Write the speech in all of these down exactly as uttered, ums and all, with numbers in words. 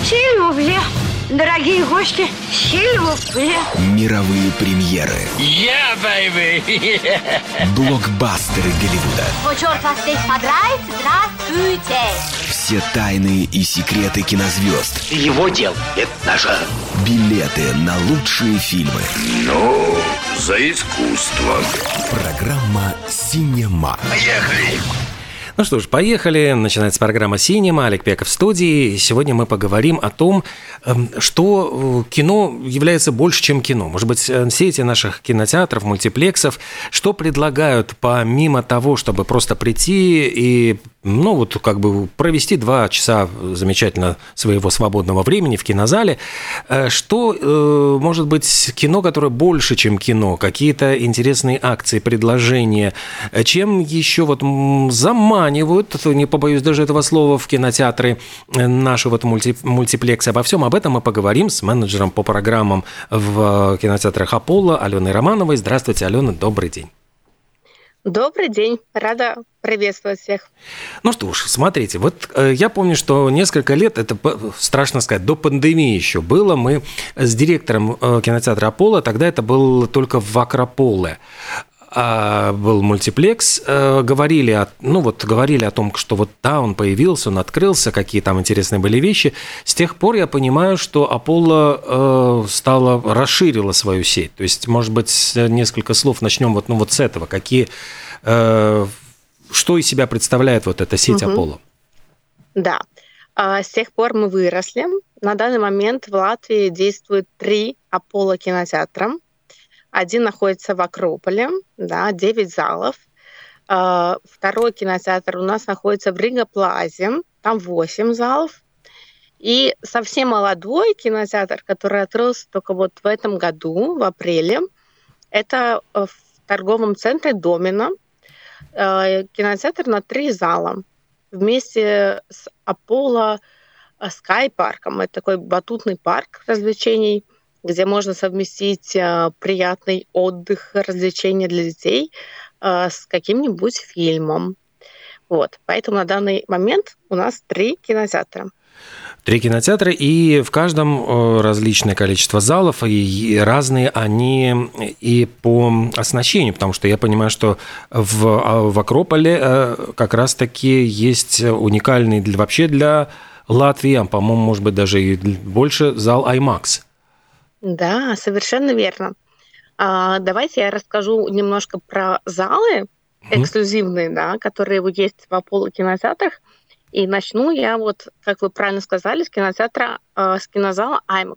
Сильвупле. Дорогие гости, сильвупле. Мировые премьеры. Yeah, baby! Блокбастеры Голливуда. О, черт вас здесь подрает, здравствуйте! Все тайны и секреты кинозвезд. Его дел, это наше. Билеты на лучшие фильмы. Ну, за искусство. Программа «Синема». Поехали! Ну что ж, поехали. Начинается программа «Синема». Олег Пеков в студии. Сегодня мы поговорим о том, что кино является больше, чем кино. Может быть, сети наших кинотеатров, мультиплексов, что предлагают помимо того, чтобы просто прийти и, ну, вот как бы провести два часа замечательно своего свободного времени в кинозале, что, может быть, кино, которое больше, чем кино, какие-то интересные акции, предложения, чем еще вот заманивают, не побоюсь даже этого слова, в кинотеатры наши вот мульти, мультиплексы. Обо всем об этом мы поговорим с менеджером по программам в кинотеатрах «Аполло» Аленой Романовой. Здравствуйте, Алена, добрый день. Добрый день, рада приветствовать всех. Ну что ж, смотрите, вот я помню, что несколько лет, это страшно сказать, до пандемии еще было, мы с директором кинотеатра «Аполло», тогда это был только в Акрополе, был мультиплекс, говорили о, ну вот, говорили о том, что вот да, он появился, он открылся, какие там интересные были вещи. С тех пор я понимаю, что Аполло стала, расширила свою сеть. То есть, может быть, несколько слов начнем вот, ну, вот с этого. Какие, что из себя представляет вот эта сеть угу. Аполло? Да, с тех пор мы выросли. На данный момент в Латвии действует три Аполло кинотеатра. Один находится в Акрополе, да, девять залов. Второй кинотеатр у нас находится в Рига Плазе, там восемь залов. И совсем молодой кинотеатр, который открылся только вот в этом году, в апреле, это в торговом центре Домино. Кинотеатр на три зала. Вместе с Аполло Скай парком. Это такой батутный парк развлечений, где можно совместить э, приятный отдых, развлечения для детей э, с каким-нибудь фильмом. Вот. Поэтому на данный момент у нас три кинотеатра. Три кинотеатра, и в каждом различное количество залов, и разные они и по оснащению, потому что я понимаю, что в, в Акрополе как раз-таки есть уникальный для, вообще для Латвии, а, по-моему, может быть, даже и больше, зал IMAX. Да, совершенно верно. А, давайте я расскажу немножко про залы эксклюзивные, mm-hmm. да, которые есть в Аполло кинотеатрах. И начну я, вот, как вы правильно сказали, с кинотеатра, э, с кинозала IMAX.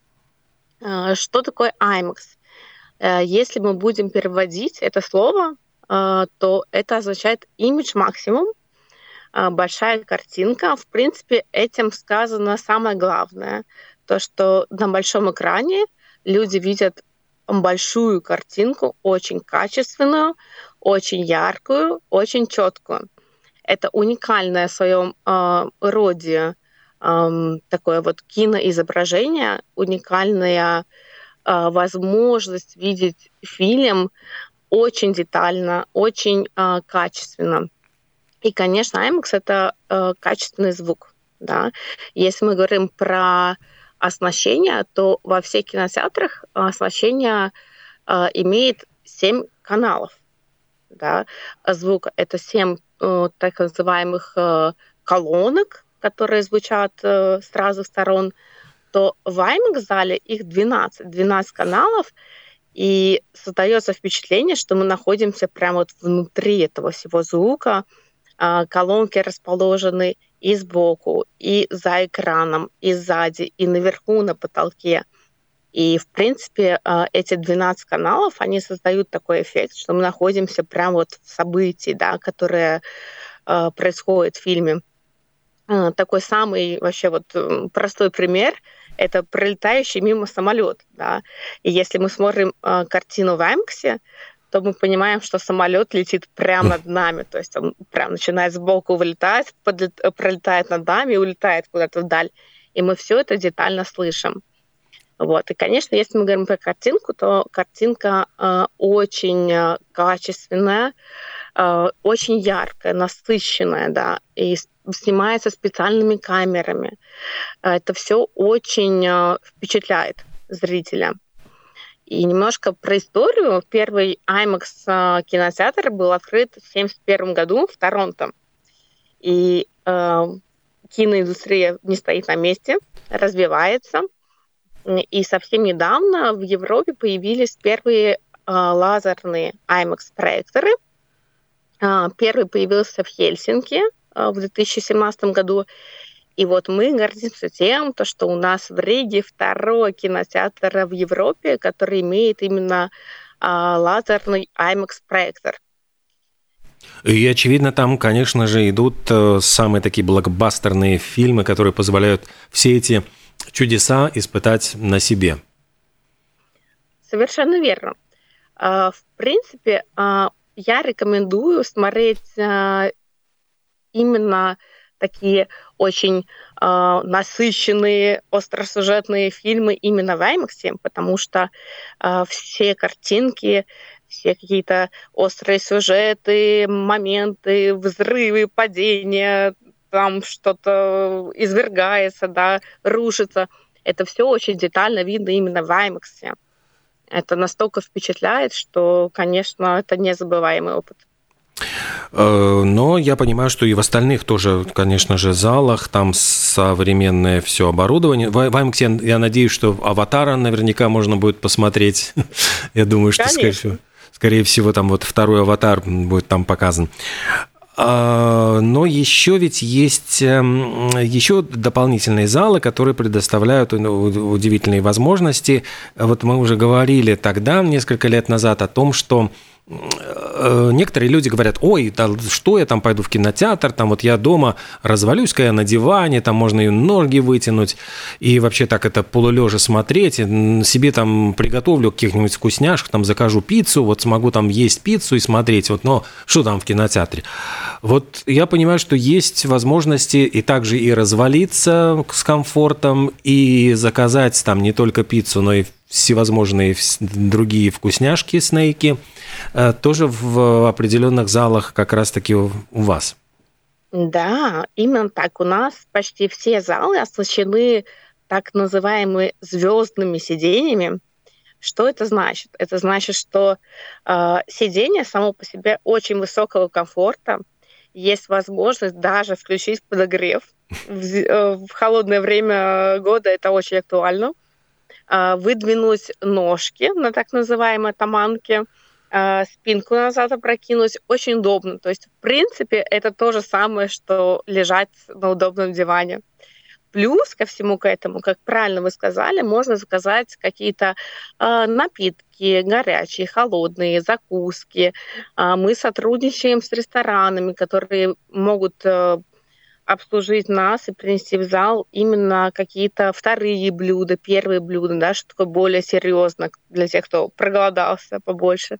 Э, что такое IMAX? Э, если мы будем переводить это слово, э, то это означает image максимум, э, большая картинка. В принципе, этим сказано самое главное. То, что на большом экране люди видят большую картинку, очень качественную, очень яркую, очень четкую. Это уникальное в своем э, роде э, такое вот киноизображение, уникальная э, возможность видеть фильм очень детально, очень э, качественно. И, конечно, IMAX — это э, качественный звук. Да? Если мы говорим про оснащение, то во всех кинотеатрах оснащение э, имеет семь каналов. Да? Звука — это семь э, так называемых э, колонок, которые звучат э, с разных сторон, то в IMAX-зале их двенадцать, двенадцать каналов, и создается впечатление, что мы находимся прямо вот внутри этого всего звука. Э, колонки расположены и сбоку, и за экраном, и сзади, и наверху на потолке. И, в принципе, эти двенадцать каналов, они создают такой эффект, что мы находимся прямо вот в событии, да, которое происходит в фильме. Такой самый вообще вот простой пример — это пролетающий мимо самолет. Да. И если мы смотрим картину в IMAX, то мы понимаем, что самолет летит прямо над нами. То есть он прям начинает сбоку вылетать, подлет, пролетает над нами и улетает куда-то вдаль. И мы все это детально слышим. Вот. И, конечно, если мы говорим про картинку, то картинка э, очень качественная, э, очень яркая, насыщенная, да. И снимается специальными камерами. Это все очень впечатляет зрителя. И немножко про историю. Первый IMAX кинотеатр был открыт в семьдесят первом году в Торонто. И э, киноиндустрия не стоит на месте, развивается. И совсем недавно в Европе появились первые э, лазерные IMAX-проекторы. Э, первый появился в Хельсинки э, в две тысячи семнадцатом году. И вот мы гордимся тем, что у нас в Риге второй кинотеатр в Европе, который имеет именно э, лазерный IMAX-проектор. И, очевидно, там, конечно же, идут э, самые такие блокбастерные фильмы, которые позволяют все эти чудеса испытать на себе. Совершенно верно. Э, в принципе, э, я рекомендую смотреть э, именно такие очень э, насыщенные, остросюжетные фильмы именно в IMAX, потому что э, все картинки, все какие-то острые сюжеты, моменты, взрывы, падения, там что-то извергается, да, рушится. Это все очень детально видно именно в IMAX. Это настолько впечатляет, что, конечно, это незабываемый опыт. Но я понимаю, что и в остальных тоже, конечно же, залах там современное все оборудование. В IMAX я надеюсь, что «Аватара» наверняка можно будет посмотреть. Я думаю, что, скорее всего, скорее всего, там вот второй «Аватар» будет там показан. Но еще ведь есть еще дополнительные залы, которые предоставляют удивительные возможности. Вот мы уже говорили тогда, несколько лет назад, о том, что некоторые люди говорят: ой, да что я там пойду в кинотеатр, там вот я дома развалюсь-ка я на диване, там можно и ноги вытянуть, и вообще так это полулежа смотреть, себе там приготовлю каких-нибудь вкусняшек, там закажу пиццу, вот смогу там есть пиццу и смотреть, вот, но что там в кинотеатре? Вот я понимаю, что есть возможности и также и развалиться с комфортом, и заказать там не только пиццу, но и всевозможные другие вкусняшки, снейки, тоже в определенных залах как раз-таки у вас. Да, именно так. У нас почти все залы оснащены так называемыми звездными сиденьями. Что это значит? Это значит, что э, сиденье само по себе очень высокого комфорта. Есть возможность даже включить подогрев. В, в холодное время года это очень актуально. Выдвинуть ножки на так называемой таманке, спинку назад опрокинуть. Очень удобно. То есть, в принципе, это то же самое, что лежать на удобном диване. Плюс ко всему к этому, как правильно вы сказали, можно заказать какие-то э, напитки горячие, холодные, закуски. Э, мы сотрудничаем с ресторанами, которые могут э, обслужить нас и принести в зал именно какие-то вторые блюда, первые блюда, да, что такое более серьезно для тех, кто проголодался побольше.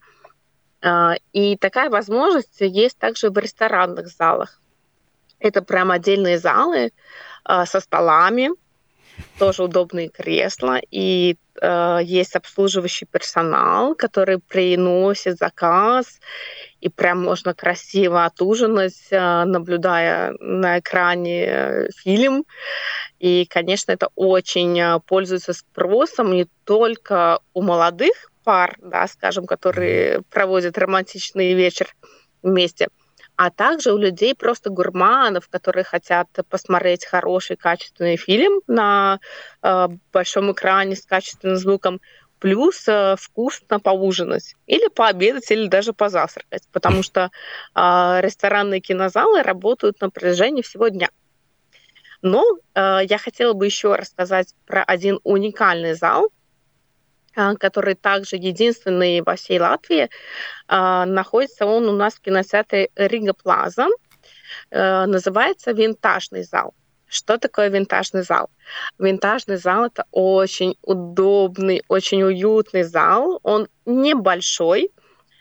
И такая возможность есть также в ресторанных залах. Это прям отдельные залы со столами, тоже удобные кресла, и э, есть обслуживающий персонал, который приносит заказ, и прям можно красиво отужинать, э, наблюдая на экране фильм. И, конечно, это очень пользуется спросом не только у молодых пар, да, скажем, которые проводят романтичный вечер вместе, а также у людей просто гурманов, которые хотят посмотреть хороший, качественный фильм на э, большом экране с качественным звуком, плюс э, вкусно поужинать или пообедать, или даже позавтракать, потому что э, ресторанные кинозалы работают на протяжении всего дня. Но э, я хотела бы еще рассказать про один уникальный зал, который также единственный во всей Латвии. Находится он у нас в кинотеатре Рига Плаза. Называется «Винтажный зал». Что такое винтажный зал? Винтажный зал – это очень удобный, очень уютный зал. Он небольшой,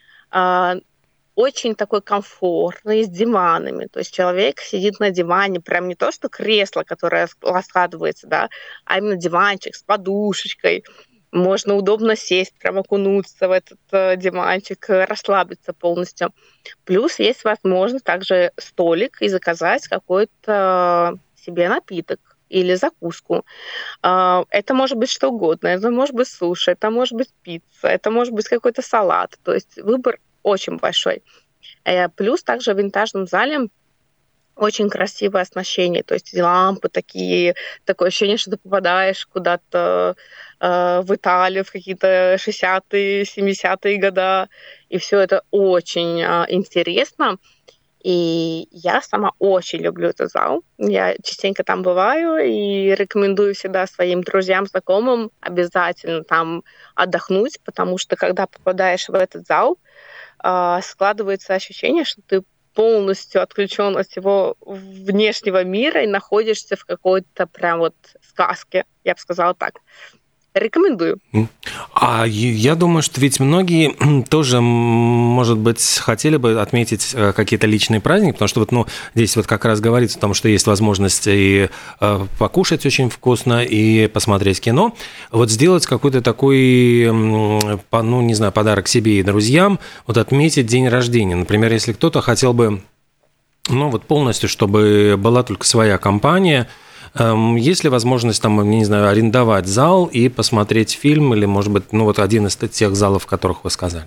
очень такой комфортный, с диванами. То есть человек сидит на диване, прям не то, что кресло, которое раскладывается, да, а именно диванчик с подушечкой, можно удобно сесть, прям окунуться в этот э, диванчик, э, расслабиться полностью. Плюс есть возможность также столик и заказать какой-то себе напиток или закуску. А, Это может быть что угодно. Это может быть суши, это может быть пицца, это может быть какой-то салат. То есть выбор очень большой. Э, Плюс также в винтажном зале очень красивое оснащение, то есть лампы такие, такое ощущение, что ты попадаешь куда-то э, в Италию в какие-то шестидесятые, семидесятые года, и все это очень э, интересно. И я сама очень люблю этот зал. Я частенько там бываю и рекомендую всегда своим друзьям, знакомым обязательно там отдохнуть, потому что когда попадаешь в этот зал, э, складывается ощущение, что ты полностью отключен от всего внешнего мира и находишься в какой-то прям вот сказке, я бы сказала так. Рекомендую. А я думаю, что ведь многие тоже, может быть, хотели бы отметить какие-то личные праздники, потому что вот, ну, здесь вот как раз говорится о том, что есть возможность и покушать очень вкусно, и посмотреть кино. Вот сделать какой-то такой, ну, не знаю, подарок себе и друзьям, вот отметить день рождения. Например, если кто-то хотел бы, ну, вот полностью, чтобы была только своя компания. Есть ли возможность там, не знаю, арендовать зал и посмотреть фильм, или, может быть, ну вот один из тех залов, о которых вы сказали?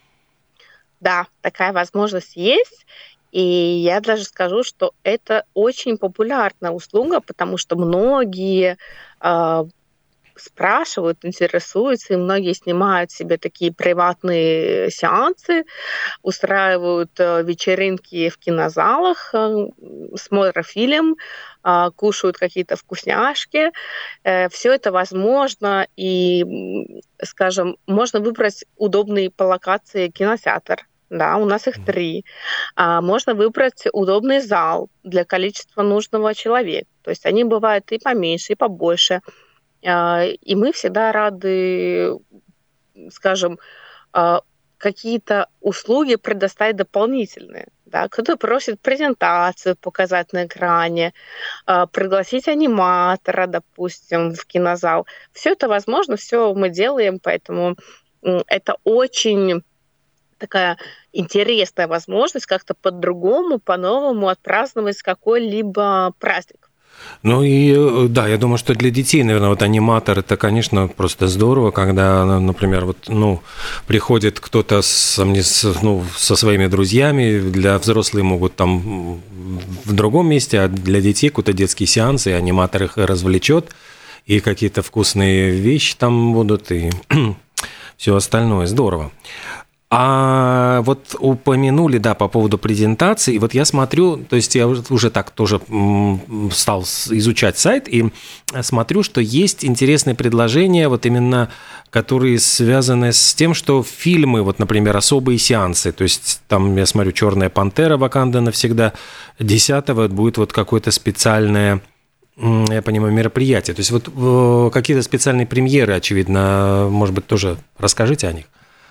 Да, такая возможность есть. И я даже скажу, что это очень популярная услуга, потому что многие э, спрашивают, интересуются, и многие снимают себе такие приватные сеансы, устраивают э, вечеринки в кинозалах, э, смотрят фильм, э, кушают какие-то вкусняшки. Э, все это возможно, и, скажем, можно выбрать удобный по локации кинотеатр. Да, у нас их три. А, можно выбрать удобный зал для количества нужного человека. То есть они бывают и поменьше, и побольше. И мы всегда рады, скажем, какие-то услуги предоставить дополнительные. Да? Кто-то просит презентацию показать на экране, пригласить аниматора, допустим, в кинозал. Все это возможно, все мы делаем, поэтому это очень такая интересная возможность как-то по-другому, по-новому отпраздновать какой-либо праздник. Ну и да, я думаю, что для детей, наверное, вот аниматор, это, конечно, просто здорово, когда, например, вот, ну, приходит кто-то с, ну, со своими друзьями, для взрослых могут там в другом месте, а для детей какой-то детский сеанс, и аниматор их развлечет, и какие-то вкусные вещи там будут, и все остальное. Здорово. А вот упомянули, да, по поводу презентации, и вот я смотрю, то есть я уже так тоже стал изучать сайт, и смотрю, что есть интересные предложения, вот именно, которые связаны с тем, что фильмы, вот, например, особые сеансы, то есть там, я смотрю, «Черная пантера», «Ваканда навсегда», десятого будет вот какое-то специальное, я понимаю, мероприятие, то есть вот какие-то специальные премьеры, очевидно, может быть, тоже расскажите о них.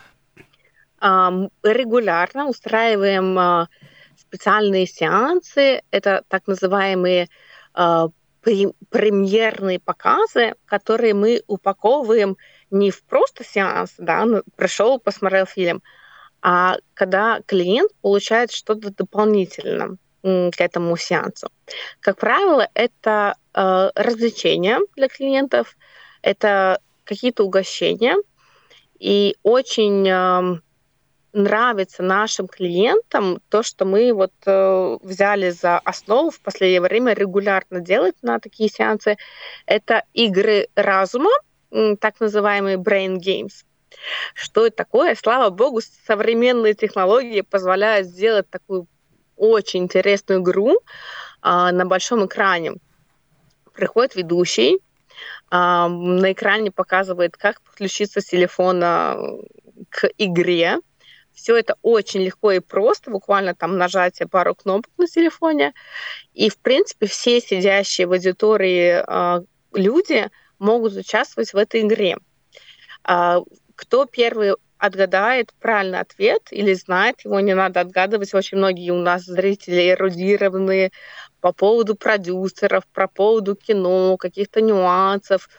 Регулярно устраиваем специальные сеансы. Это так называемые премьерные показы, которые мы упаковываем не в просто сеанс, да, пришел, посмотрел фильм, а когда клиент получает что-то дополнительное к этому сеансу. Как правило, это развлечения для клиентов, это какие-то угощения, и очень нравится нашим клиентам то, что мы вот э, взяли за основу в последнее время регулярно делать на такие сеансы. Это игры разума, так называемые brain games. Что это такое? Слава богу, современные технологии позволяют сделать такую очень интересную игру э, на большом экране. Приходит ведущий, э, на экране показывает, как подключиться с телефона к игре. Все это очень легко и просто, буквально там нажатие пару кнопок на телефоне. И, в принципе, все сидящие в аудитории э, люди могут участвовать в этой игре. Э, кто первый отгадает правильный ответ или знает, его не надо отгадывать. Очень многие у нас зрители эрудированные по поводу продюсеров, по поводу кино, каких-то нюансов.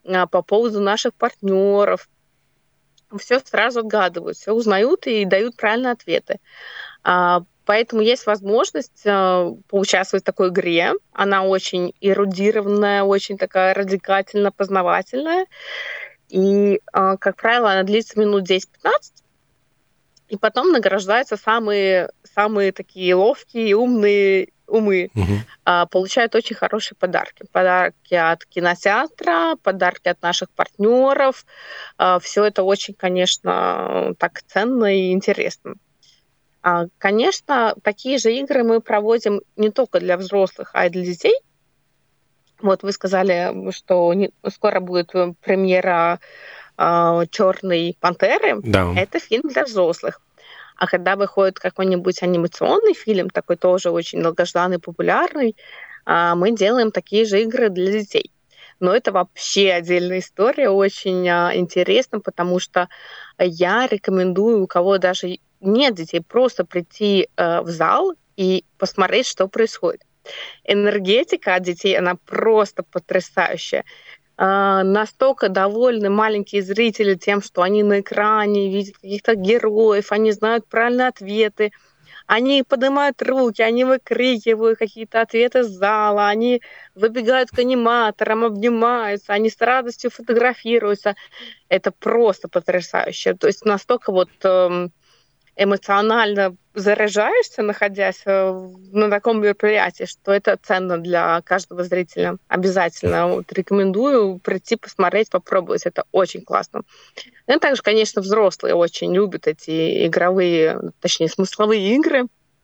по поводу наших партнеров. Все сразу отгадывают, все узнают и дают правильные ответы. Поэтому есть возможность поучаствовать в такой игре. Она очень эрудированная, очень такая радикально познавательная. И, как правило, она длится минут десять-пятнадцать. И потом награждаются самые, самые такие ловкие и умные умы. Угу. Получают очень хорошие подарки. Подарки от кинотеатра, подарки от наших партнеров. Все это очень, конечно, так ценно и интересно. Конечно, такие же игры мы проводим не только для взрослых, а и для детей. Вот вы сказали, что скоро будет премьера «Черной пантеры». Да. Это фильм для взрослых. А когда выходит какой-нибудь анимационный фильм, такой тоже очень долгожданный, популярный, мы делаем такие же игры для детей. Но это вообще отдельная история, очень интересно, потому что я рекомендую, у кого даже нет детей, просто прийти в зал и посмотреть, что происходит. Энергетика от детей, она просто потрясающая. Настолько довольны маленькие зрители тем, что они на экране видят каких-то героев, они знают правильные ответы, они поднимают руки, они выкрикивают какие-то ответы с зала, они выбегают к аниматорам, обнимаются, они с радостью фотографируются. Это просто потрясающе. То есть настолько вот эмоционально заряжаешься, находясь на таком мероприятии, что это ценно для каждого зрителя. Обязательно вот рекомендую прийти, посмотреть, попробовать. Это очень классно. И также, конечно, взрослые очень любят эти игровые, точнее, смысловые игры.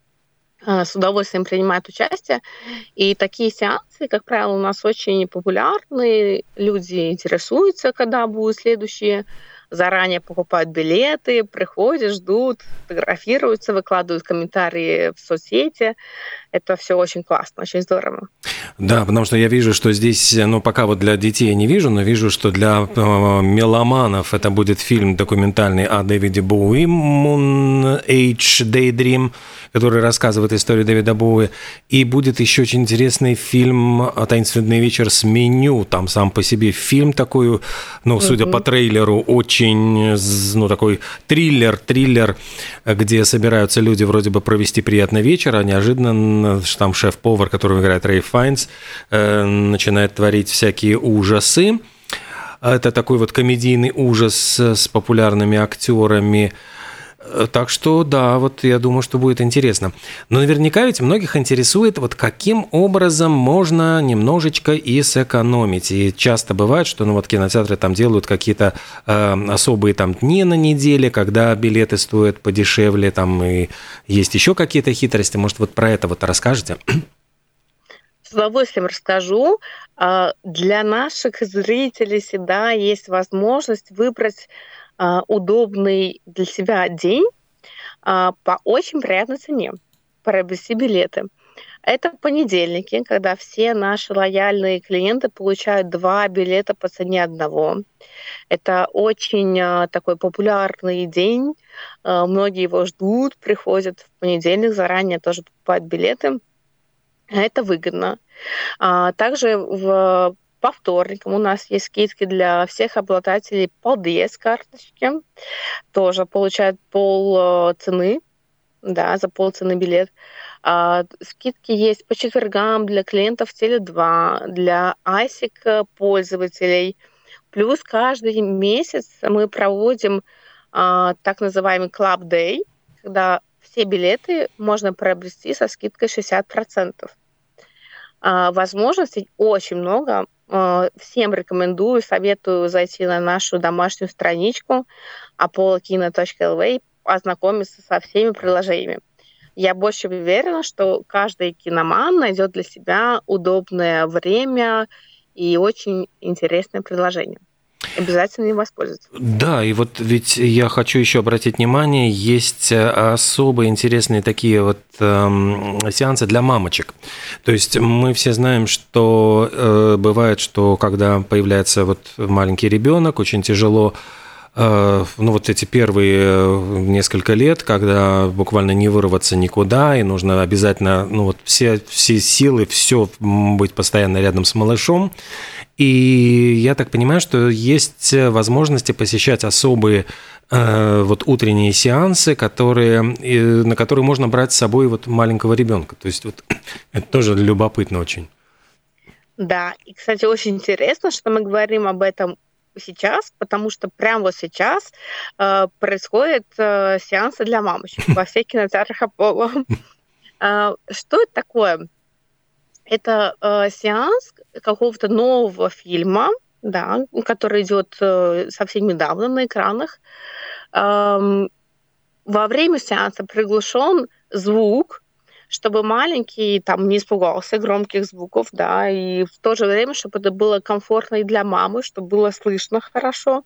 С удовольствием принимают участие. И такие сеансы, как правило, у нас очень популярны. Люди интересуются, когда будут следующие. Заранее покупают билеты, приходят, ждут, фотографируются, выкладывают комментарии в соцсети. Это все очень классно, очень здорово. Да, потому что я вижу, что здесь, ну, пока вот для детей я не вижу, но вижу, что для э, меломанов это будет фильм документальный о Дэвиде Боуи, Moon Age Daydream, который рассказывает историю Дэвида Боуи. И будет еще очень интересный фильм «Таинственный вечер» с меню. Там сам по себе фильм такой, ну, судя mm-hmm. по трейлеру, очень, ну, такой триллер, триллер, где собираются люди вроде бы провести приятный вечер, а неожиданно там шеф-повар, которого играет Рэй Файнс, начинает творить всякие ужасы. Это такой вот комедийный ужас с популярными актерами. Так что, да, вот я думаю, что будет интересно. Но наверняка ведь многих интересует, вот каким образом можно немножечко и сэкономить. И часто бывает, что ну, вот кинотеатры там делают какие-то э, особые там дни на неделе, когда билеты стоят подешевле, там и есть еще какие-то хитрости. Может, вот про это вот расскажете? С удовольствием расскажу. Для наших зрителей всегда есть возможность выбрать удобный для себя день по очень приятной цене, приобрести билеты. Это понедельники, когда все наши лояльные клиенты получают два билета по цене одного. Это очень такой популярный день. Многие его ждут, приходят в понедельник, заранее тоже покупают билеты. Это выгодно. Также в По вторникам у нас есть скидки для всех обладателей Paldies карточки. Тоже получают пол цены, да, за полцены билет. А, скидки есть по четвергам для клиентов Теле два, для айсик пользователей. Плюс каждый месяц мы проводим а, так называемый Club Day, когда все билеты можно приобрести со скидкой шестьдесят процентов. А, возможностей очень много. Всем рекомендую, советую зайти на нашу домашнюю страничку apollo-kino точка эл ви, ознакомиться со всеми приложениями. Я больше уверена, что каждый киноман найдет для себя удобное время и очень интересное предложение. Обязательно им воспользоваться. Да, и вот ведь я хочу еще обратить внимание, есть особо интересные такие вот э, сеансы для мамочек. То есть мы все знаем, что э, бывает, что когда появляется вот маленький ребенок, очень тяжело ну, вот эти первые несколько лет, когда буквально не вырваться никуда, и нужно обязательно, ну, вот все, все силы, все быть постоянно рядом с малышом. И я так понимаю, что есть возможности посещать особые э, вот утренние сеансы, которые, э, на которые можно брать с собой вот маленького ребенка. То есть вот это тоже любопытно очень. Да, и, кстати, очень интересно, что мы говорим об этом сейчас, потому что прямо вот сейчас э, происходят э, сеансы для мамочек во всех кинотеатрах Apollo. Э, что это такое? Это э, сеанс какого-то нового фильма, да, который идет э, совсем недавно на экранах. Эм, во время сеанса приглушен звук, чтобы маленький там не испугался громких звуков, да, и в то же время, чтобы это было комфортно и для мамы, чтобы было слышно хорошо.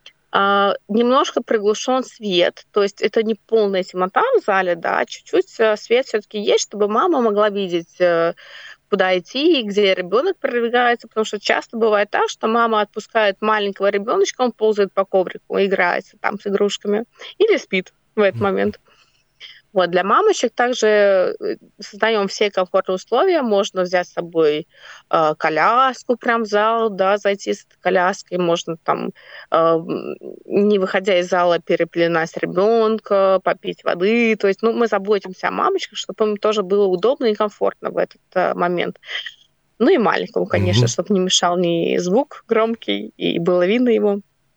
А, немножко приглушен свет, то есть это не полная темнота в зале, да, чуть-чуть свет все-таки есть, чтобы мама могла видеть, куда идти, где ребенок продвигается, потому что часто бывает так, что мама отпускает маленького ребеночка, он ползает по коврику, играется там с игрушками или спит в этот момент. Вот, для мамочек также создаем все комфортные условия. Можно взять с собой э, коляску прям в зал, да, зайти с этой коляской. Можно там, э, не выходя из зала, перепеленать ребенка, попить воды. То есть, ну, мы заботимся о мамочках, чтобы им тоже было удобно и комфортно в этот э, момент. Ну и маленькому, конечно, mm-hmm. чтобы не мешал ни звук громкий, и было видно его.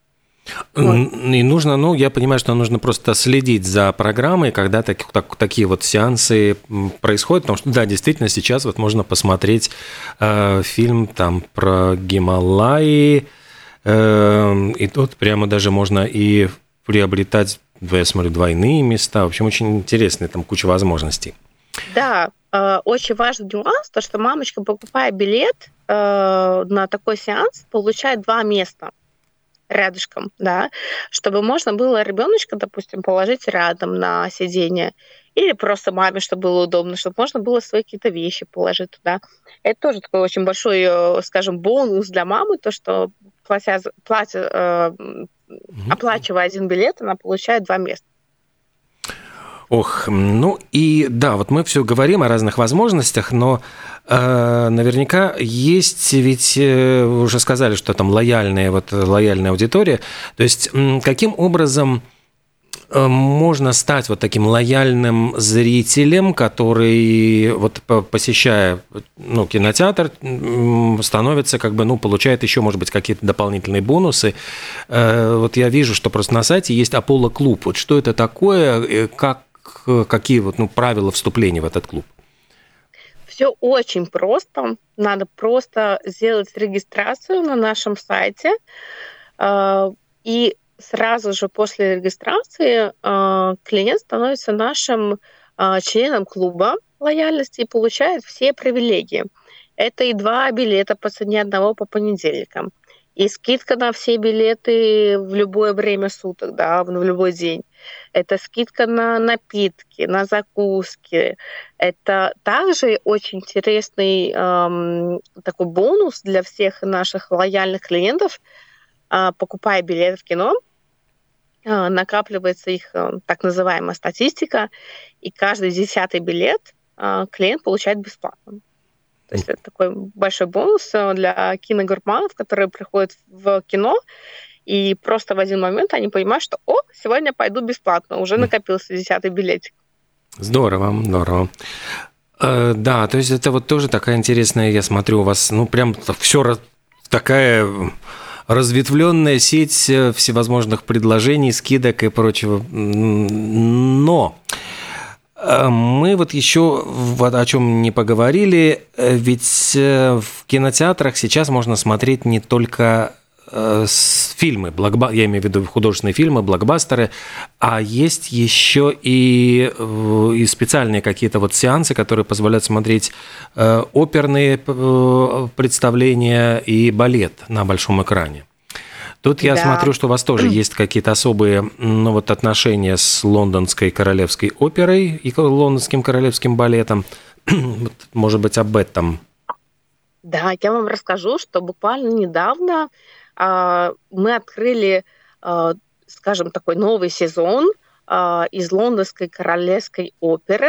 Вот. И нужно, ну, я понимаю, что нужно просто следить за программой, когда так, так, такие вот сеансы происходят, потому что, да, действительно, сейчас вот можно посмотреть э, фильм там про Гималаи, э, и тут прямо даже можно и приобретать, я смотрю, двойные места, в общем, очень интересные, там куча возможностей. Да, э, очень важный нюанс, то, что мамочка, покупая билет э, на такой сеанс, получает два места рядышком, да, чтобы можно было ребеночка, допустим, положить рядом на сиденье, или просто маме, чтобы было удобно, чтобы можно было свои какие-то вещи положить туда. Это тоже такой очень большой, скажем, бонус для мамы, то, что платя, платя, э, mm-hmm. оплачивая один билет, она получает два места. Ох, ну и да, вот мы все говорим о разных возможностях, но э, наверняка есть, ведь э, вы уже сказали, что там лояльная, вот, лояльная аудитория. То есть каким образом э, можно стать вот таким лояльным зрителем, который, вот, посещая, ну, кинотеатр, становится как бы, ну, получает еще, может быть, какие-то дополнительные бонусы. Э, вот я вижу, что просто на сайте есть Apollo клуб. Вот что это такое, как какие вот, ну, правила вступления в этот клуб? Все очень просто. Надо просто сделать регистрацию на нашем сайте, и сразу же после регистрации клиент становится нашим членом клуба лояльности и получает все привилегии. Это и два билета по цене одного по понедельникам, и скидка на все билеты в любое время суток, да, в любой день. Это скидка на напитки, на закуски. Это также очень интересный эм, такой бонус для всех наших лояльных клиентов. Э, покупая билет в кино, э, накапливается их э, так называемая статистика, и каждый десятый билет э, клиент получает бесплатно. То есть это такой большой бонус для киногурманов, которые приходят в кино, и просто в один момент они понимают, что «О, сегодня пойду бесплатно, уже накопился десятый билетик». Здорово, здорово. Э, да, то есть это вот тоже такая интересная, я смотрю, у вас, ну, прям все такая разветвленная сеть всевозможных предложений, скидок и прочего. Но мы вот еще вот о чем не поговорили, ведь в кинотеатрах сейчас можно смотреть не только фильмы, блокба... я имею в виду художественные фильмы, блокбастеры, а есть еще и, и специальные какие-то вот сеансы, которые позволяют смотреть оперные представления и балет на большом экране. Тут я да. смотрю, что у вас тоже есть какие-то особые, ну, вот отношения с Лондонской королевской оперой и Лондонским королевским балетом. Может быть, об этом. Да, я вам расскажу, что буквально недавно э, мы открыли э, скажем, такой новый сезон из Лондонской королевской оперы.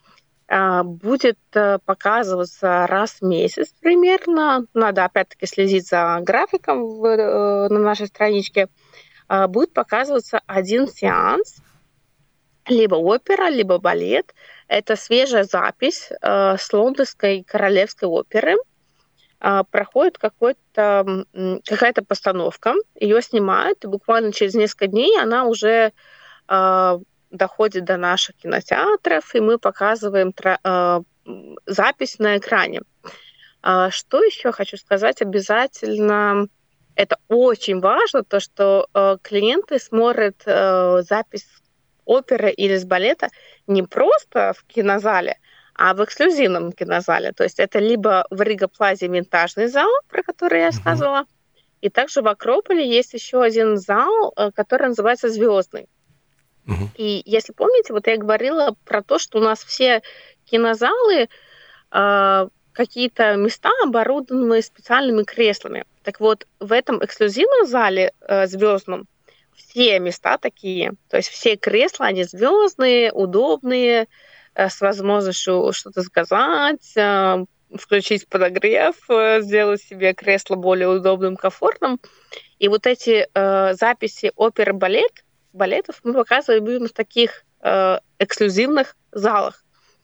Будет показываться раз в месяц примерно. Надо опять-таки следить за графиком в, на нашей страничке. Будет показываться один сеанс, либо опера, либо балет. Это свежая запись с Лондонской королевской оперы. Проходит какой-то, какая-то постановка, ее снимают, и буквально через несколько дней она уже э, доходит до наших кинотеатров, и мы показываем тра- э, запись на экране. Э, что еще хочу сказать? Обязательно, это очень важно, то, что э, клиенты смотрят э, запись оперы или с балета не просто в кинозале, а в эксклюзивном кинозале. То есть это либо в Рига Плазе винтажный зал, про который я сказала, uh-huh. и также в Акрополе есть еще один зал, который называется «Звездный». Uh-huh. И если помните, вот я говорила про то, что у нас все кинозалы, э, какие-то места оборудованы специальными креслами. Так вот, в этом эксклюзивном зале э, «Звездном» все места такие. То есть все кресла, они звездные, удобные, с возможностью что-то сказать, включить подогрев, сделать себе кресло более удобным, комфортным. И вот эти э, записи опер, балет, балетов мы показываем именно в таких э, эксклюзивных залах.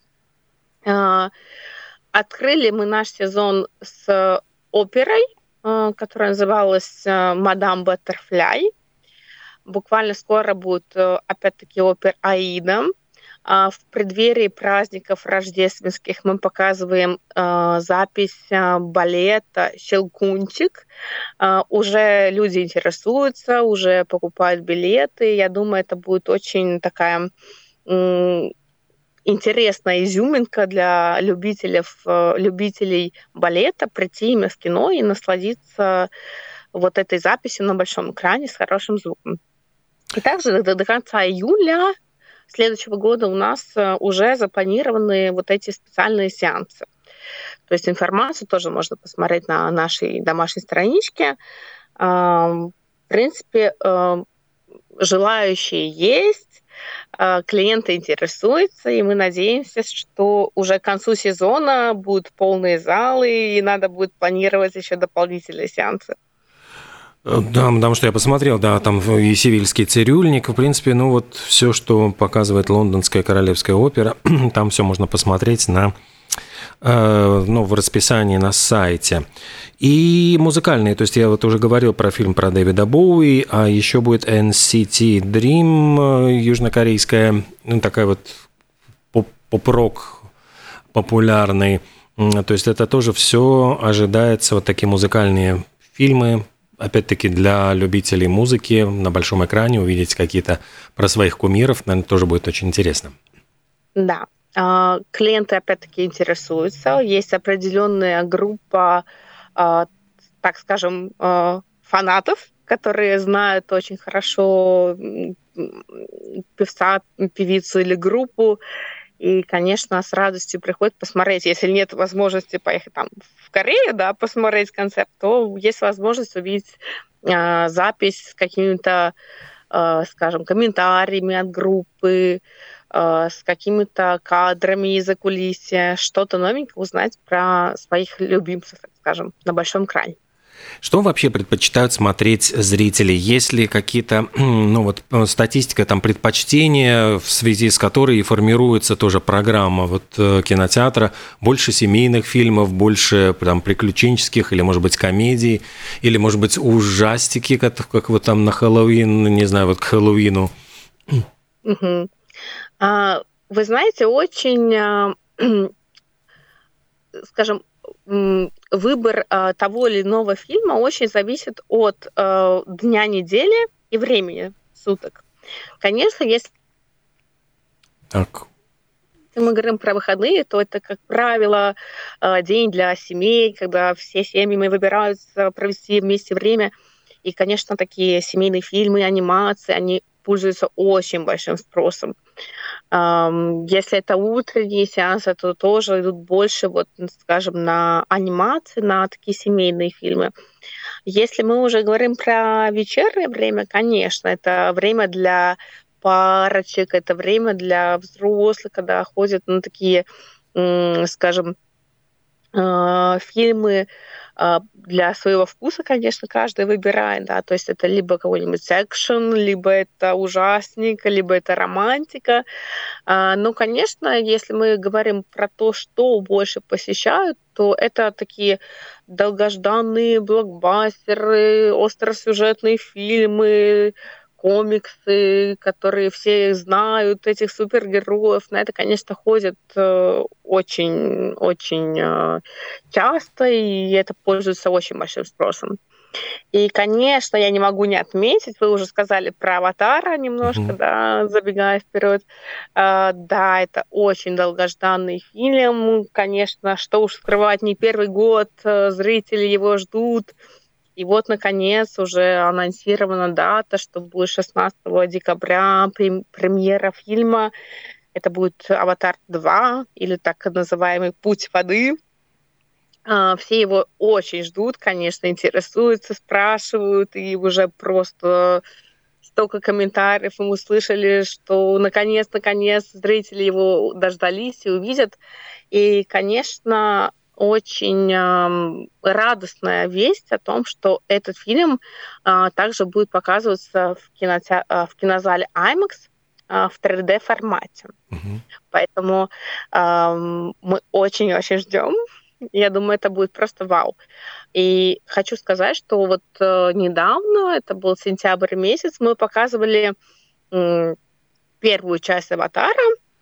Э, открыли мы наш сезон с оперой, э, которая называлась «Мадам Баттерфляй». Буквально скоро будет, э, опять-таки, опера «Аида». В преддверии праздников рождественских мы показываем э, запись э, балета «Щелкунчик». Э, уже люди интересуются, уже покупают билеты. Я думаю, это будет очень такая э, интересная изюминка для любителей, э, любителей балета прийти именно в кино и насладиться вот этой записью на большом экране с хорошим звуком. И также до, до конца июля следующего года у нас уже запланированы вот эти специальные сеансы. То есть информацию тоже можно посмотреть на нашей домашней страничке. В принципе, желающие есть, клиенты интересуются, и мы надеемся, что уже к концу сезона будут полные залы, и надо будет планировать еще дополнительные сеансы. Да, потому что я посмотрел, да, там и Севильский цирюльник, в принципе, ну вот все, что показывает Лондонская королевская опера, там все можно посмотреть на, э, ну, в расписании на сайте. И музыкальные, то есть я вот уже говорил про фильм про Дэвида Боуи, а еще будет эн си ти Dream, южнокорейская, ну, такая вот поп-рок популярный, то есть это тоже все ожидается, вот такие музыкальные фильмы. Опять-таки, для любителей музыки на большом экране увидеть какие-то про своих кумиров, наверное, тоже будет очень интересно. Да. Клиенты, опять-таки, интересуются. Есть определенная группа, так скажем, фанатов, которые знают очень хорошо певца, певицу или группу. И, конечно, с радостью приходят посмотреть. Если нет возможности поехать там в Корею, да, посмотреть концерт, то есть возможность увидеть э, запись с какими-то, э, скажем, комментариями от группы, э, с какими-то кадрами из-за кулисья, что-то новенькое узнать про своих любимцев, так скажем, на большом экране. Что вообще предпочитают смотреть зрители? Есть ли какие-то, ну вот, статистика, там, предпочтения, в связи с которой формируется тоже программа вот, кинотеатра? Больше семейных фильмов, больше там, приключенческих или, может быть, комедий, или, может быть, ужастики, как, как вот там на Хэллоуин, не знаю, вот к Хэллоуину? Угу. А, вы знаете, очень, скажем, выбор э, того или иного фильма очень зависит от э, дня недели и времени суток. Конечно, если так. мы говорим про выходные, то это, как правило, э, день для семей, когда все семьи выбираются провести вместе время. И, конечно, такие семейные фильмы, анимации, они пользуются очень большим спросом. Если это утренние сеансы, то тоже идут больше, вот, скажем, на анимации, на такие семейные фильмы. Если мы уже говорим про вечернее время, конечно, это время для парочек, это время для взрослых, когда ходят на такие, скажем, фильмы для своего вкуса, конечно, каждый выбирает, да, то есть это либо какой-нибудь экшен, либо это ужастик, либо это романтика. Но, конечно, если мы говорим про то, что больше посещают, то это такие долгожданные блокбастеры, остросюжетные фильмы, комиксы, которые все знают, этих супергероев. На это, конечно, ходят очень-очень часто, и это пользуется очень большим спросом. И, конечно, я не могу не отметить, вы уже сказали про «Аватара» немножко, mm-hmm. да, забегая вперед. А, да, это очень долгожданный фильм. Конечно, что уж скрывать, не первый год зрители его ждут. И вот, наконец, уже анонсирована дата, что будет шестнадцатого декабря премьера фильма. Это будет «Аватар два», или так называемый «Путь воды». Все его очень ждут, конечно, интересуются, спрашивают, и уже просто столько комментариев мы услышали, что наконец-наконец зрители его дождались и увидят. И, конечно, очень э, радостная весть о том, что этот фильм э, также будет показываться в, киноте... э, в кинозале IMAX э, в три дэ формате. Mm-hmm. Поэтому э, мы очень-очень ждем. Я думаю, это будет просто вау. И хочу сказать, что вот э, недавно, это был сентябрь месяц, мы показывали э, первую часть «Аватара»,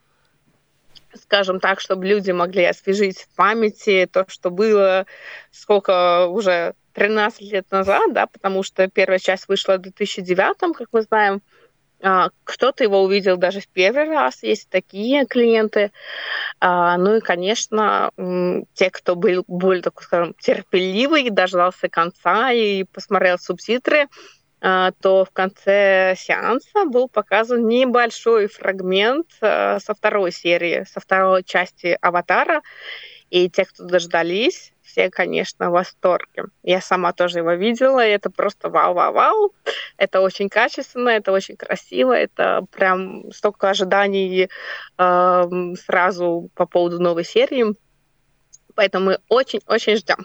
скажем так, чтобы люди могли освежить в памяти то, что было сколько уже тринадцать лет назад, да, потому что первая часть вышла в две тысячи девятом, как мы знаем. Кто-то его увидел даже в первый раз, есть такие клиенты. Ну и, конечно, те, кто был более, так скажем, терпеливый, дождался конца и посмотрел субтитры, то в конце сеанса был показан небольшой фрагмент со второй серии, со второй части «Аватара». И те, кто дождались, все, конечно, в восторге. Я сама тоже его видела, и это просто вау-вау-вау. Это очень качественно, это очень красиво, это прям столько ожиданий э, сразу по поводу новой серии. Поэтому мы очень-очень ждем.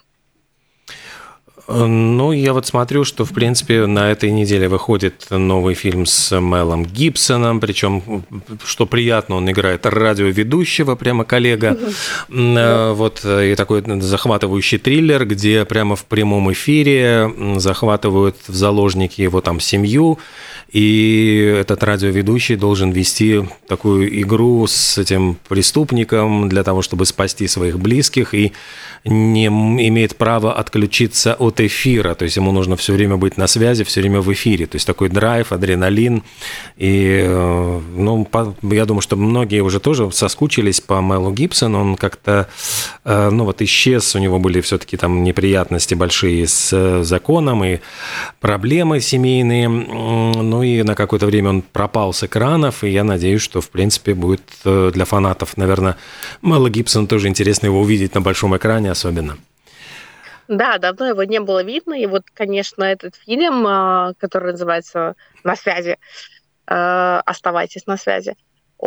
Ну, я вот смотрю, что, в принципе, на этой неделе выходит новый фильм с Мелом Гибсоном, причем, что приятно, он играет радиоведущего, прямо коллега. Вот, и такой захватывающий триллер, где прямо в прямом эфире захватывают в заложники его там семью, и этот радиоведущий должен вести такую игру с этим преступником для того, чтобы спасти своих близких, и не имеет права отключиться от эфира, то есть ему нужно все время быть на связи, все время в эфире, то есть такой драйв, адреналин, и, ну, по, я думаю, что многие уже тоже соскучились по Мелу Гибсону, он как-то, ну, вот исчез, у него были все-таки там неприятности большие с законом и проблемы семейные, ну, и на какое-то время он пропал с экранов, и я надеюсь, что, в принципе, будет для фанатов, наверное, Мела Гибсона тоже интересно его увидеть на большом экране особенно. Да, давно его не было видно, и вот, конечно, этот фильм, который называется «На связи», «Оставайтесь на связи»,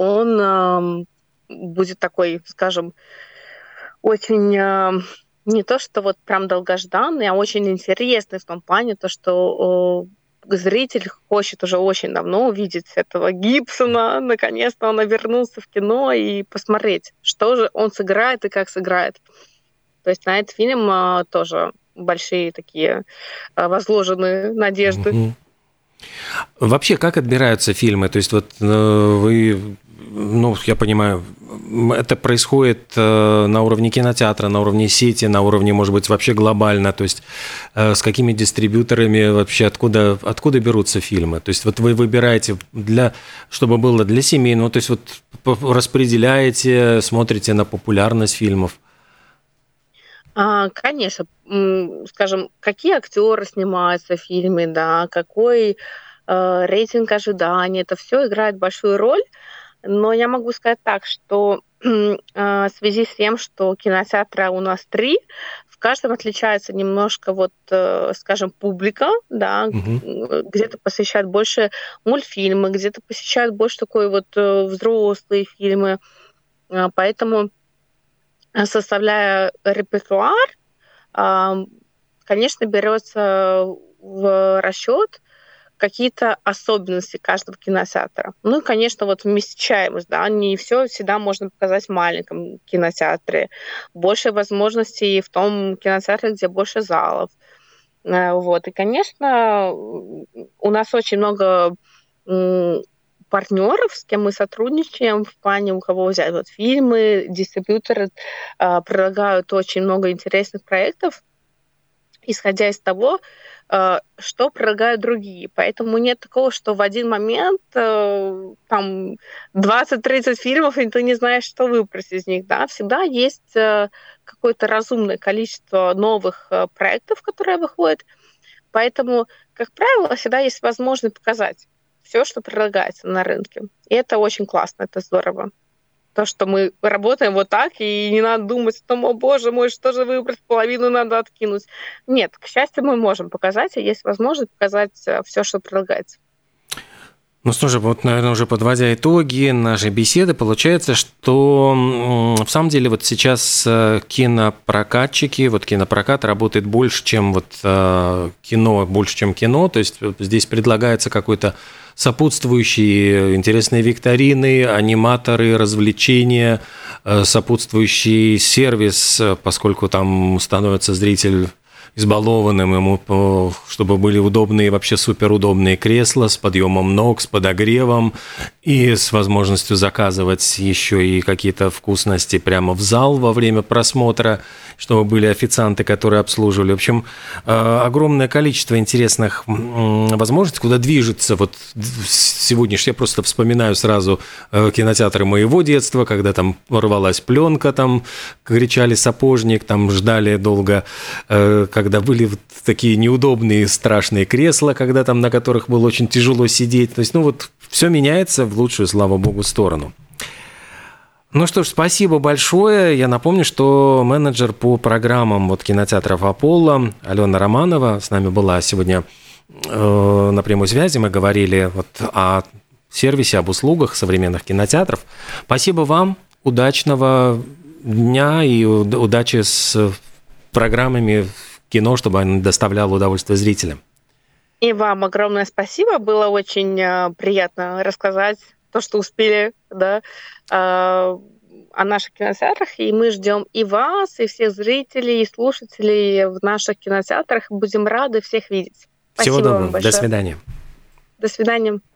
он будет такой, скажем, очень не то, что вот прям долгожданный, а очень интересный в том плане, то, что зритель хочет уже очень давно увидеть этого Гибсона, наконец-то он вернулся в кино и посмотреть, что же он сыграет и как сыграет. То есть на этот фильм а, тоже большие такие а, возложенные надежды. Mm-hmm. Вообще, как отбираются фильмы? То есть вот вы, ну, я понимаю, это происходит на уровне кинотеатра, на уровне сети, на уровне, может быть, вообще глобально. То есть с какими дистрибьюторами вообще, откуда, откуда берутся фильмы? То есть вот вы выбираете, для, чтобы было для семей, ну, то есть вот распределяете, смотрите на популярность фильмов. Конечно, скажем, какие актеры снимаются в фильме, да, какой э, рейтинг ожиданий, это все играет большую роль. Но я могу сказать так, что в связи с тем, что кинотеатра у нас три, в каждом отличается немножко, вот, скажем, публика, да, угу. Где-то посещают больше мультфильмы, где-то посещают больше такой вот взрослые фильмы. Поэтому, составляя репертуар, конечно, берется в расчет какие-то особенности каждого кинотеатра. Ну и, конечно, вот вмещаемость, да, не все всегда можно показать в маленьком кинотеатре. Больше возможностей в том кинотеатре, где больше залов. Вот. И, конечно, у нас очень много партнеров, с кем мы сотрудничаем в плане, у кого взять вот фильмы, дистрибьюторы предлагают очень много интересных проектов, исходя из того, что предлагают другие. Поэтому нет такого, что в один момент там двадцать-тридцать фильмов, и ты не знаешь, что выбрать из них. Да? Всегда есть какое-то разумное количество новых проектов, которые выходят. Поэтому, как правило, всегда есть возможность показать все, что предлагается на рынке. И это очень классно, это здорово. То, что мы работаем вот так, и не надо думать, что, о боже мой, что же выбрать, половину надо откинуть. Нет, к счастью, мы можем показать, и есть возможность показать все, что предлагается. Ну что же, вот, наверное, уже подводя итоги нашей беседы, получается, что в самом деле вот сейчас кинопрокатчики, вот кинопрокат работает больше, чем вот кино, больше, чем кино, то есть здесь предлагается какой-то сопутствующие интересные викторины, аниматоры, развлечения, сопутствующий сервис, поскольку там становится зритель избалованным, ему, чтобы были удобные, вообще суперудобные кресла с подъемом ног, с подогревом и с возможностью заказывать еще и какие-то вкусности прямо в зал во время просмотра, чтобы были официанты, которые обслуживали. В общем, огромное количество интересных возможностей, куда движется. Вот сегодня я просто вспоминаю сразу кинотеатры моего детства, когда там рвалась пленка, там кричали «сапожник», там ждали долго, когда были вот такие неудобные, страшные кресла, когда там, на которых было очень тяжело сидеть. То есть, ну вот, все меняется в лучшую, слава богу, сторону. Ну что ж, спасибо большое. Я напомню, что менеджер по программам вот кинотеатров «Аполло» Алена Романова с нами была сегодня э, на прямой связи. Мы говорили вот о сервисе, об услугах современных кинотеатров. Спасибо вам, удачного дня и удачи с программами кино, чтобы она доставляла удовольствие зрителям. И вам огромное спасибо. Было очень приятно рассказать то, что успели, да, о наших кинотеатрах. И мы ждем и вас, и всех зрителей, и слушателей в наших кинотеатрах. Будем рады всех видеть. Всего Спасибо доброго. вам большое. До свидания. До свидания.